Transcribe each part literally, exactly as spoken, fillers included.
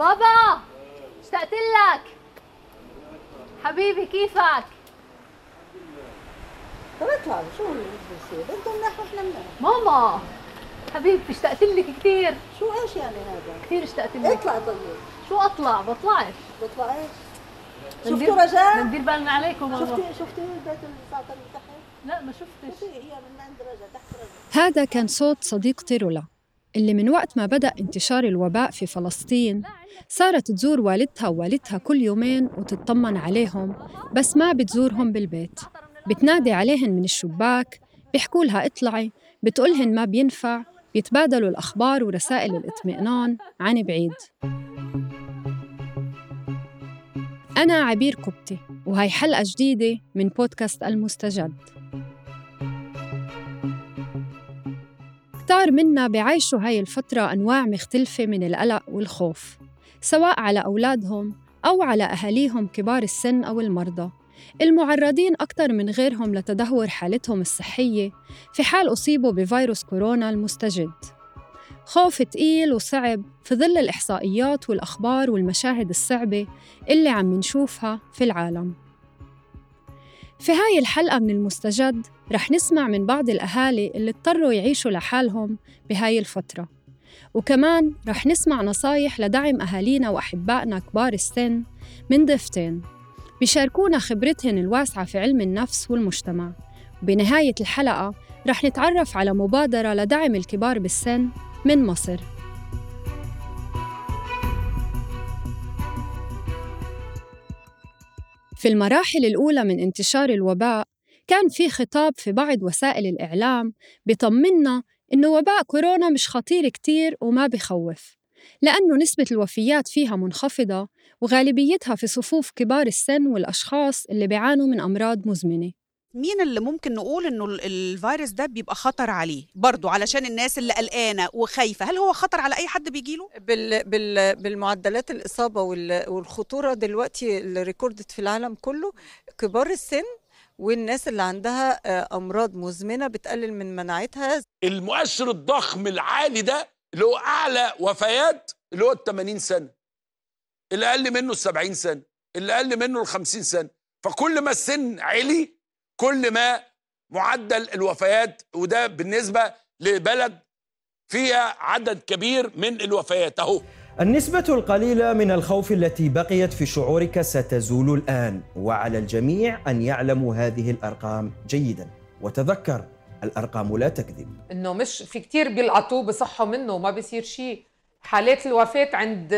بابا اشتقت لك حبيبي، كيفك؟ طب اطلع، شو بصير؟ انتم مناح واحنا مناح. ماما حبيبتي اشتقت لك كثير. شو ايش يعني هذا؟ كثير اشتقت لك. اطلع طيب. شو اطلع؟ بطلعش. بطلع ايش؟ شفتوا رجاء؟ ندير بالنا عليكم ماما. شفتي شفتي البيت اللي صاعد اللي تحت؟ لا ما شفتش. هي من عند رجاء تحت رجاء. هذا كان صوت صديقتي رولا اللي من وقت ما بدأ انتشار الوباء في فلسطين صارت تزور والدها ووالدها كل يومين وتطمن عليهم، بس ما بتزورهم بالبيت. بتنادي عليهن من الشباك، بيحكوا لها اطلعي، بتقولهن ما بينفع، بيتبادلوا الأخبار ورسائل الاطمئنان عن بعيد. أنا عبير كبتي وهي حلقة جديدة من بودكاست المستجد. كتار منا بيعيشوا هاي الفترة أنواع مختلفة من القلق والخوف، سواء على أولادهم أو على أهاليهم كبار السن أو المرضى المعرضين أكثر من غيرهم لتدهور حالتهم الصحية في حال أصيبوا بفيروس كورونا المستجد. خوف تقيل وصعب في ظل الإحصائيات والأخبار والمشاهد الصعبة اللي عم نشوفها في العالم. في هاي الحلقة من المستجد رح نسمع من بعض الأهالي اللي اضطروا يعيشوا لحالهم بهاي الفترة، وكمان رح نسمع نصايح لدعم أهالينا وأحبائنا كبار السن من ضيفتين بيشاركونا خبرتهن الواسعة في علم النفس والمجتمع. وبنهاية الحلقة رح نتعرف على مبادرة لدعم الكبار بالسن من مصر. في المراحل الأولى من انتشار الوباء كان في خطاب في بعض وسائل الإعلام بيطمنا إنه وباء كورونا مش خطير كتير وما بخوف، لأنه نسبة الوفيات فيها منخفضة وغالبيتها في صفوف كبار السن والأشخاص اللي بيعانوا من أمراض مزمنة. مين اللي ممكن نقول إنه الفيروس ده بيبقى خطر عليه؟ برضو علشان الناس اللي قلقانة وخايفة، هل هو خطر على أي حد بيجيله؟ بال بال بالمعدلات الإصابة والخطورة دلوقتي اللي ريكوردت في العالم كله، كبار السن والناس اللي عندها أمراض مزمنة بتقلل من مناعتها. المؤشر الضخم العالي ده اللي هو أعلى وفيات اللي هو الثمانين سنة، اللي أقل منه السبعين سنة، اللي أقل منه الخمسين سنة. فكل ما السن علي كل ما معدل الوفيات، وده بالنسبة لبلد فيها عدد كبير من الوفيات. أهو النسبة القليلة من الخوف التي بقيت في شعورك ستزول الآن، وعلى الجميع أن يعلموا هذه الأرقام جيداً. وتذكر الأرقام لا تكذب. إنه مش في كتير بيلقطوه بصحوا منه وما بيصير شيء. حالات الوفاة عند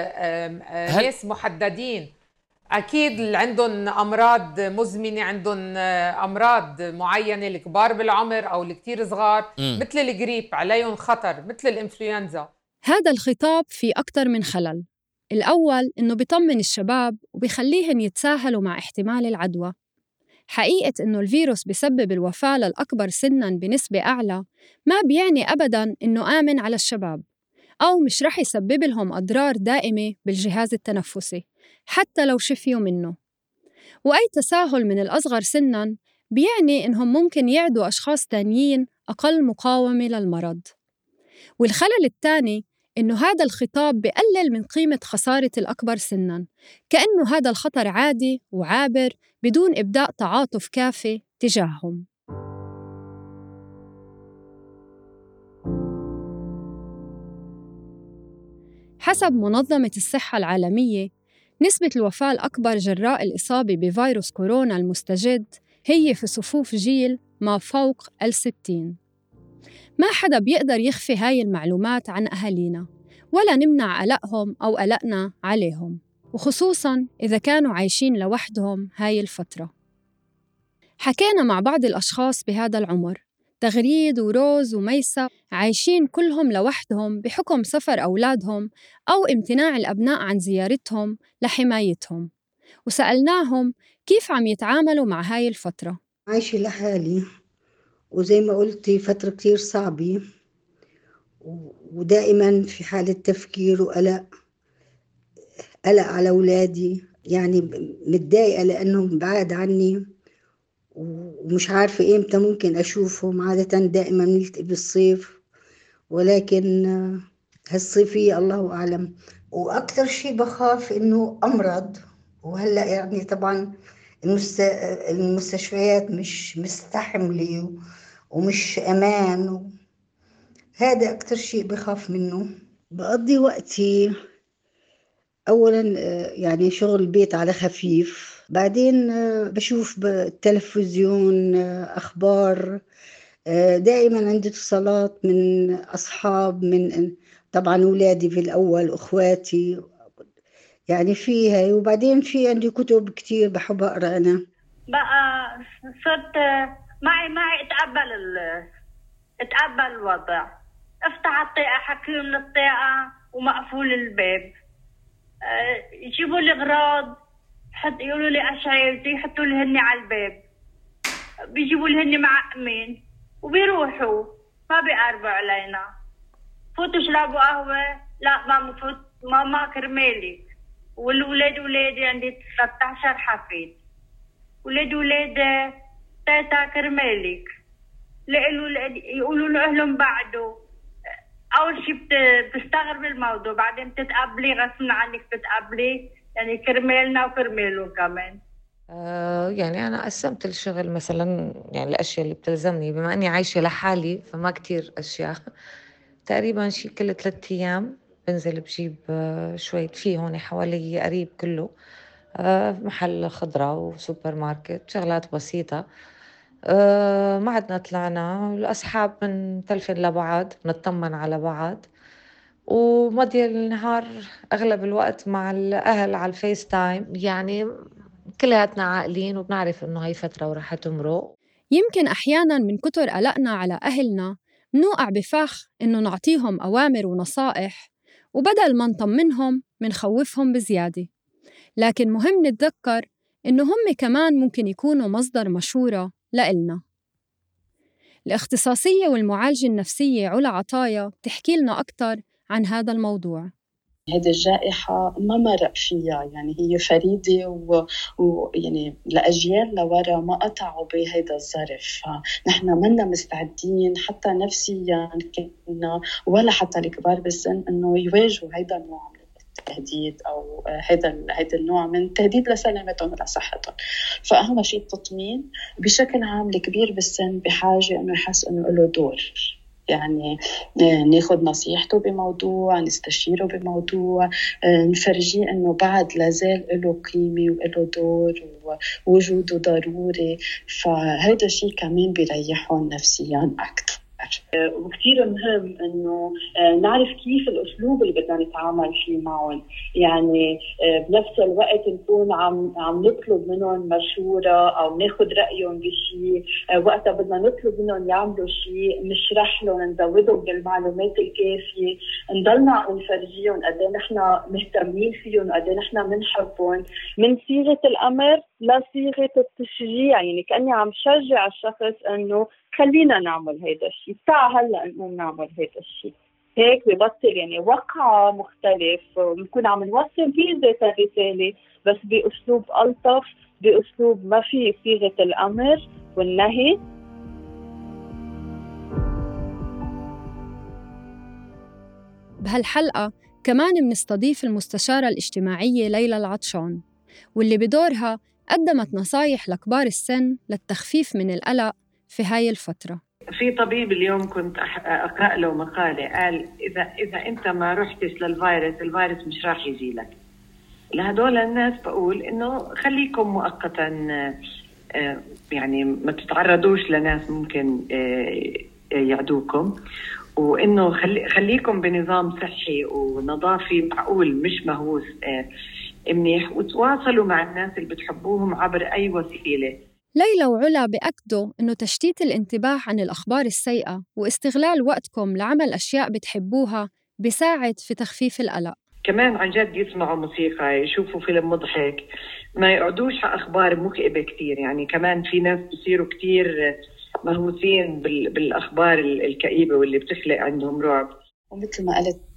ناس محددين، أكيد اللي عندهم أمراض مزمنة، عندهم أمراض معينة، الكبار بالعمر أو الكتير صغار م. مثل الجريب عليهم خطر، مثل الإنفلونزا. هذا الخطاب فيه أكتر من خلل. الأول إنه بيطمن الشباب وبيخليهم يتساهلوا مع احتمال العدوى. حقيقة إنه الفيروس بيسبب الوفاة للأكبر سناً بنسبة أعلى ما بيعني أبداً إنه آمن على الشباب، أو مش رح يسبب لهم أضرار دائمة بالجهاز التنفسي حتى لو شفيوا منه. وأي تساهل من الأصغر سناً بيعني إنهم ممكن يعدوا أشخاص تانيين أقل مقاومة للمرض. والخلل الثاني إنه هذا الخطاب بقلل من قيمة خسارة الأكبر سناً، كأنه هذا الخطر عادي وعابر بدون إبداء تعاطف كافي تجاههم. حسب منظمة الصحة العالمية، نسبة الوفاة الأكبر جراء الإصابة بفيروس كورونا المستجد هي في صفوف جيل ما فوق الستين. ما حدا بيقدر يخفي هاي المعلومات عن أهالينا ولا نمنع قلقهم أو قلقنا عليهم، وخصوصاً إذا كانوا عايشين لوحدهم هاي الفترة. حكينا مع بعض الأشخاص بهذا العمر، تغريد وروز وميسة، عايشين كلهم لوحدهم بحكم سفر أولادهم أو امتناع الأبناء عن زيارتهم لحمايتهم، وسألناهم كيف عم يتعاملوا مع هاي الفترة. عايشة لحالي، وزي ما قلتي فترة كتير صعبة، ودائما في حالة تفكير وقلق قلق على أولادي، يعني متضايقة لأنهم بعاد عني ومش عارفة إمتى ممكن أشوفهم. عادة دائما نلتقي بالصيف، ولكن هالصيفية الله أعلم وأكثر شيء بخاف إنه أمرض. وهلأ يعني طبعا المست... المستشفيات مش مستحملة ومش أمان. هذا أكثر شيء بخاف منه. بقضي وقتي أولا يعني شغل البيت على خفيف، بعدين بشوف بالتلفزيون أخبار، دائما عندي اتصالات من أصحاب، من طبعا أولادي في الأول، أخواتي يعني فيها. وبعدين في عندي كتب كتير بحب أقرأ. أنا بقى صرت معي معي اتقبل ال اتقبل الوضع. افتح الطاقة، حكي من الطاقة ومقفول الباب. أه يجيبوا لي اغراض، حط يقولوا لي اشعيرتي، يحطوا لي هني على الباب، بيجيبوا لي هني معقمين وبيروحوا، ما بيقربوا علينا. فوتوا اشربوا قهوة، لا ما مفوت، ماما كرمالك. والولاد ولادي عندي ثلاثة عشر حفيد، ولاد ولاد تاتا كرمالك. يقولوا له اهلهم بعده. اول شيء بتستغرب الموضوع، بعدين بتتقبلي غصب عنك، بتتقبلي يعني كرمالنا وكرمالهم كمان. آه يعني أنا قسمت الشغل مثلا، يعني الأشياء اللي بتلزمني بما أني عايشة لحالي فما كتير أشياء. تقريبا شي كل ثلاثة أيام بنزل بجيب آه شوية فيه هون حوالي قريب كله آه محل خضرة وسوبر ماركت، شغلات بسيطة. أه ما عدنا طلعنا، الأصحاب بنتلفن لبعض، بنطمن على بعض، ومضي النهار أغلب الوقت مع الأهل على الفيس تايم. يعني كلياتنا عاقلين وبنعرف إنه هاي فترة ورح تمرق. يمكن أحياناً من كتر قلقنا على أهلنا منوقع بفخ إنه نعطيهم أوامر ونصائح، وبدل ما نطمنهم منخوفهم بزيادة. لكن مهم نتذكر إنه هم كمان ممكن يكونوا مصدر مشورة لإلنا. الاختصاصية والمعالجة النفسية علا عطايا بتحكي لنا أكتر عن هذا الموضوع. هذه الجائحة ما مرق فيها، يعني هي فريدة ويعني و... لأجيال لورا ما قطعوا بهذا الظرف. نحن منا مستعدين حتى نفسيا كنا ولا حتى الكبار بالسن إنه يواجهوا هذا النوع من التهديد أو هذا هذا النوع من التهديد لسلامتهم ولصحتهم. فأهم شيء التطمين. بشكل عام الكبير بالسن بحاجة إنه يحس إنه له دور، يعني ناخد نصيحته بموضوع، نستشيره بموضوع، نفرجيه إنه بعد لازال له قيمة وله دور ووجوده ضروري. فهذا شيء كمان بيريحهم نفسيا أكتر. وكثير مهم إنه نعرف كيف الأسلوب اللي بدنا نتعامل فيه معهم، يعني بنفس الوقت نكون عم عم نطلب منهم مشورة أو ناخد رأيهم بشيء. وقتها بدنا نطلب منهم يعملوا شيء نشرح لهم، نزودهم بالمعلومات الكافية، نضلنا نفرجيهم قد ايه نحن مهتمين فيهم وقد ايه نحن بنحبهم، من صيغة الأمر لصيغة التشجيع. يعني كأني عم شجع الشخص إنه خلينا نعمل هيدا الشيء، تعال هلا نقوم نعمل هيدا الشيء. هيك ببطل يعني وقع مختلف، ونكون عم نوصل فيه ذات الرسالة بس بأسلوب ألطف، بأسلوب ما فيه صيغة الأمر والنهي. بهالحلقة كمان بنستضيف المستشارة الاجتماعية ليلى العطشان، واللي بدورها قدمت نصايح لكبار السن للتخفيف من القلق في هاي الفترة. في طبيب اليوم كنت أقرأ له مقالة قال إذا إذا أنت ما رحتش للفيروس، الفيروس مش راح يجي لك. لهدول الناس بقول إنه خليكم مؤقتا، يعني ما تتعرضوش لناس ممكن يعدوكم، وإنه خلي خليكم بنظام صحي ونظافي معقول مش مهووس منيح، وتواصلوا مع الناس اللي بتحبوهم عبر أي وسيلة. ليلى وعلا بأكدوا إنه تشتيت الانتباه عن الأخبار السيئة واستغلال وقتكم لعمل أشياء بتحبوها بيساعد في تخفيف القلق. كمان عن جد يسمعوا موسيقى، يشوفوا فيلم مضحك، ما يقعدوش على أخبار مكئبة كتير. يعني كمان في ناس بصيروا كتير مهووسين بالأخبار الكئيبة واللي بتخلق عندهم رعب. ومثل ما قلت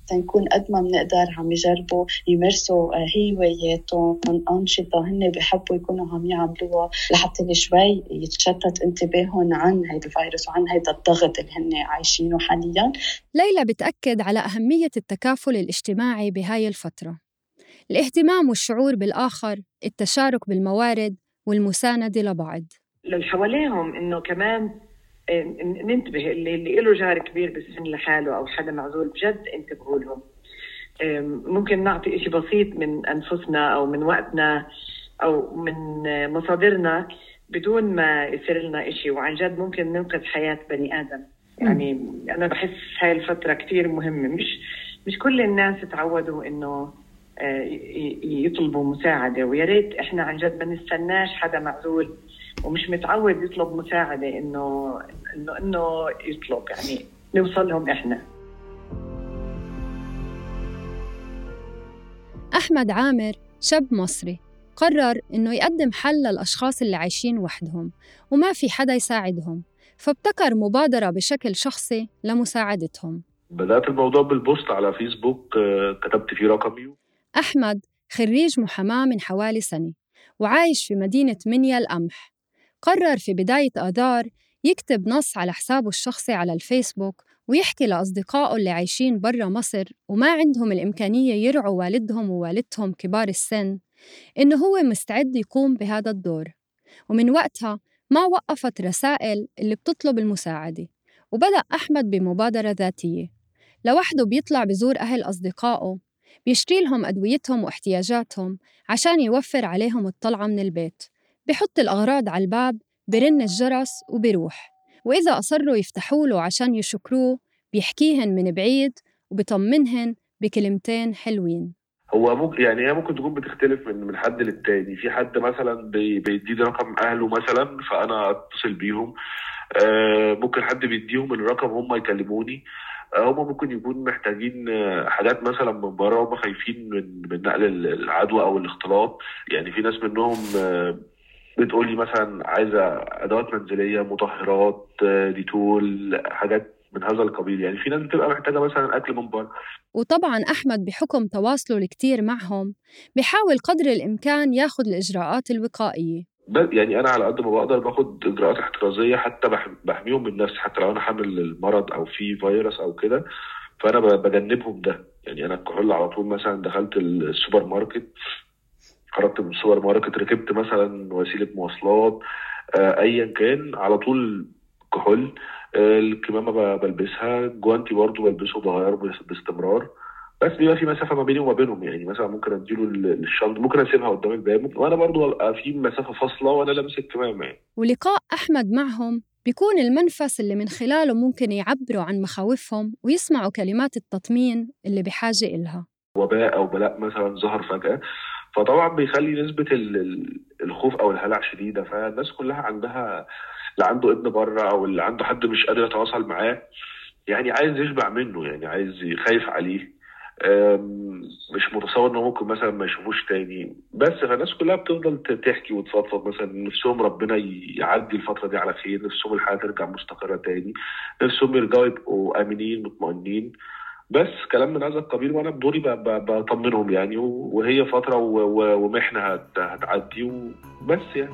تنكون قد ما بنقدر عم يجربوا يمارسوا هواياتهم، أنشطة هن بيحبوا يكونوا عم يعملوها لحتى شوي يتشتت انتباههم عن هيدا الفيروس وعن هيدا الضغط اللي هن عايشينه حالياً. ليلى بتأكد على أهمية التكافل الاجتماعي بهاي الفترة، الاهتمام والشعور بالآخر، التشارك بالموارد والمساندة لبعض. للي حواليهم إنه كمان ننتبه، اللي اللي له جار كبير بالسن لحاله أو حدا معزول بجد انتبهوا لهم. ممكن نعطي إشي بسيط من أنفسنا أو من وقتنا أو من مصادرنا بدون ما يصير لنا إشي، وعن جد ممكن ننقذ حياة بني آدم. يعني أنا بحس هاي الفترة كتير مهمة. مش مش كل الناس تعودوا إنه يطلبوا مساعدة، ويا ريت إحنا عن جد ما نستناش حدا معزول ومش متعود يطلب مساعدة إنه إنه إنه يطلب، يعني نوصل لهم إحنا. أحمد عامر شاب مصري قرر إنه يقدم حل للأشخاص اللي عايشين وحدهم وما في حدا يساعدهم، فابتكر مبادرة بشكل شخصي لمساعدتهم. بدأت الموضوع بالبوست على فيسبوك، كتبت فيه رقمي. أحمد خريج محاماة من حوالي سنة وعايش في مدينة منيا القمح. قرر في بداية آذار يكتب نص على حسابه الشخصي على الفيسبوك ويحكي لأصدقائه اللي عايشين برا مصر وما عندهم الإمكانية يرعوا والدهم ووالدتهم كبار السن إنه هو مستعد يقوم بهذا الدور. ومن وقتها ما وقفت رسائل اللي بتطلب المساعدة، وبدأ أحمد بمبادرة ذاتية. لوحده بيطلع بزور أهل أصدقائه، بيشتري لهم أدويتهم واحتياجاتهم عشان يوفر عليهم الطلعة من البيت، بيحط الأغراض على الباب، برن الجرس وبيروح. وإذا أصروا يفتحوا له عشان يشكروه بيحكيهن من بعيد وبيطمنهن بكلمتين حلوين. هو ممكن يعني هي ممكن تكون بتختلف من من حد للتاني. في حد مثلا بيديني رقم أهله مثلا فأنا أتصل بيهم، آه ممكن حد بيديهم الرقم هم يكلموني. هم ممكن يكونوا محتاجين حاجات مثلا من بره، هم خايفين من من نقل العدوى او الاختلاط. يعني في ناس منهم بتقول لي مثلا عايزه ادوات منزليه، مطهرات، ديتول، حاجات من هذا القبيل. يعني في ناس بتبقى محتاجه مثلا اكل من بره. وطبعا احمد بحكم تواصله الكتير معهم بيحاول قدر الامكان ياخذ الاجراءات الوقائيه. يعني انا على قد ما بقدر باخد اجراءات احترازيه، حتى بحميهم من نفسي، حتى لو انا حامل المرض او في فيروس او كده فانا بجنبهم ده. يعني انا الكحول على طول، مثلا دخلت السوبر ماركت، خرجت من السوبر ماركت، ركبت مثلا وسيله مواصلات آه ايا كان، على طول كحول. آه الكمامه بلبسها، جوانتي برضو بلبسه بغيره باستمرار، بس بيبقى في مسافه ما بيني وما بينهم. يعني مثلا ممكن اديله الشنطه، ممكن اسيبها قدام الباب وانا برضو ابقى في مسافه فاصله وانا لابس الكمامه يعني. ولقاء احمد معهم بيكون المنفس اللي من خلاله ممكن يعبروا عن مخاوفهم ويسمعوا كلمات التطمين اللي بحاجه إلها. وباء او بلاء مثلا ظهر فجاه، فطبعا بيخلي نسبه الخوف او الهلع شديده. فالناس كلها عندها، اللي عنده ابن بره او اللي عنده حد مش قادر يتواصل معاه، يعني عايز يشبع منه، يعني عايز، خايف عليه، مش متصور انه ممكن مثلا ما يشوفوش تاني. بس فالناس كلها بتفضل تحكي وتفضفض، مثلا نفسهم ربنا يعدي الفتره دي على خير، نفسهم الحياه ترجع مستقره تاني، نفسهم يرجعوا يبقوا امنين مطمئنين، بس كلام من هذا القبيل. وانا بدوري بطمنهم يعني، وهي فتره ومحنه هتعدي وبس يعني.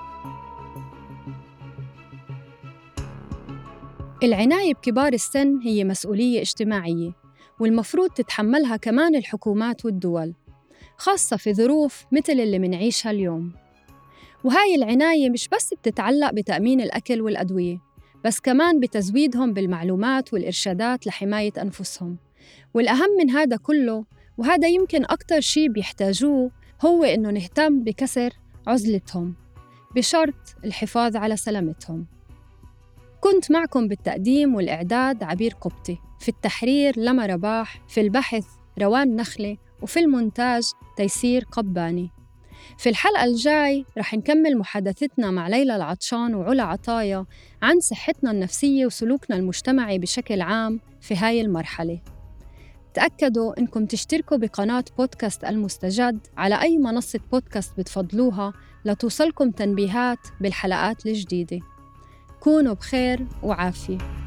العناية بكبار السن هي مسؤولية اجتماعية، والمفروض تتحملها كمان الحكومات والدول، خاصة في ظروف مثل اللي منعيشها اليوم. وهاي العناية مش بس بتتعلق بتأمين الأكل والأدوية، بس كمان بتزويدهم بالمعلومات والإرشادات لحماية أنفسهم. والأهم من هذا كله، وهذا يمكن أكتر شي بيحتاجوه، هو إنه نهتم بكسر عزلتهم بشرط الحفاظ على سلامتهم. كنت معكم بالتقديم والإعداد عبير قبطي، في التحرير لما رباح، في البحث روان نخلة، وفي المونتاج تيسير قباني. في الحلقة الجاي رح نكمل محادثتنا مع ليلى العطشان وعلا عطايا عن صحتنا النفسية وسلوكنا المجتمعي بشكل عام في هاي المرحلة. تأكدوا إنكم تشتركوا بقناة بودكاست المستجد على أي منصة بودكاست بتفضلوها لتوصلكم تنبيهات بالحلقات الجديدة. كونوا بخير وعافية.